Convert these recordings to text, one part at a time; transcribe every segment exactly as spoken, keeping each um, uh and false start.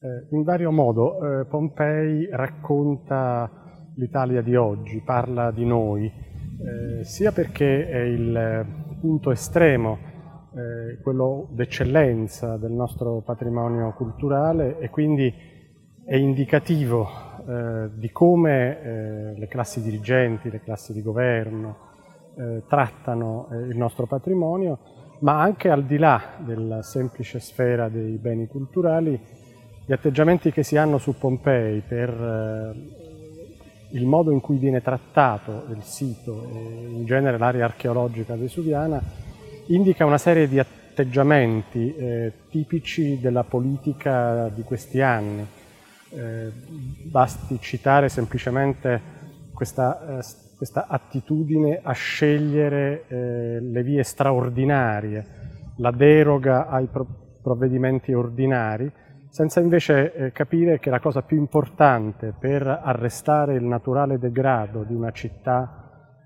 Eh, in vario modo eh, Pompei racconta l'Italia di oggi, parla di noi, eh, sia perché è il punto estremo, eh, quello d'eccellenza del nostro patrimonio culturale e quindi è indicativo eh, di come eh, le classi dirigenti, le classi di governo eh, trattano eh, il nostro patrimonio, ma anche al di là della semplice sfera dei beni culturali, gli atteggiamenti che si hanno su Pompei per eh, il modo in cui viene trattato il sito e in genere l'area archeologica vesuviana indica una serie di atteggiamenti eh, tipici della politica di questi anni. Eh, basti citare semplicemente questa, eh, questa attitudine a scegliere eh, le vie straordinarie, la deroga ai pro provvedimenti ordinari, senza invece eh, capire che la cosa più importante per arrestare il naturale degrado di una città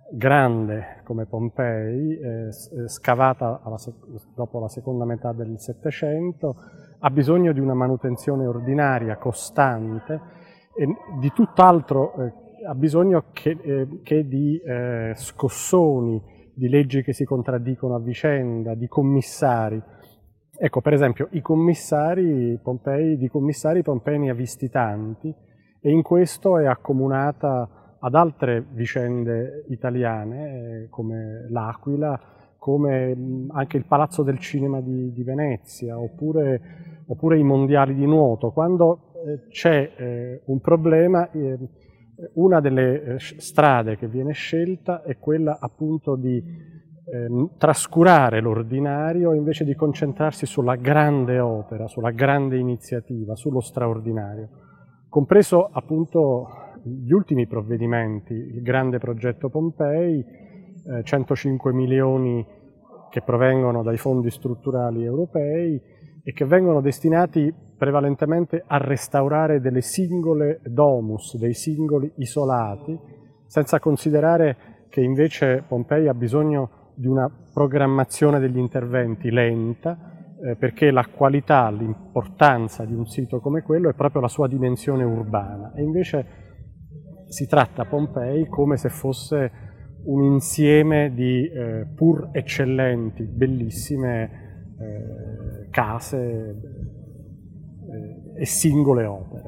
grande come Pompei, eh, scavata alla dopo la seconda metà del Settecento, ha bisogno di una manutenzione ordinaria, costante, e di tutt'altro eh, ha bisogno che, eh, che di eh, scossoni, di leggi che si contraddicono a vicenda, di commissari. Ecco, per esempio, i commissari Pompei, di commissari Pompei ne ha visti tanti e in questo è accomunata ad altre vicende italiane, eh, come l'Aquila, come anche il Palazzo del Cinema di, di Venezia, oppure, oppure i mondiali di nuoto. Quando eh, c'è eh, un problema, eh, una delle eh, strade che viene scelta è quella appunto di Eh, trascurare l'ordinario invece di concentrarsi sulla grande opera, sulla grande iniziativa, sullo straordinario, compreso appunto gli ultimi provvedimenti, il grande progetto Pompei, eh, centocinque milioni che provengono dai fondi strutturali europei e che vengono destinati prevalentemente a restaurare delle singole domus, dei singoli isolati, senza considerare che invece Pompei ha bisogno di una programmazione degli interventi lenta, eh, perché la qualità, l'importanza di un sito come quello è proprio la sua dimensione urbana. E invece si tratta Pompei come se fosse un insieme di eh, pur eccellenti, bellissime eh, case eh, e singole opere.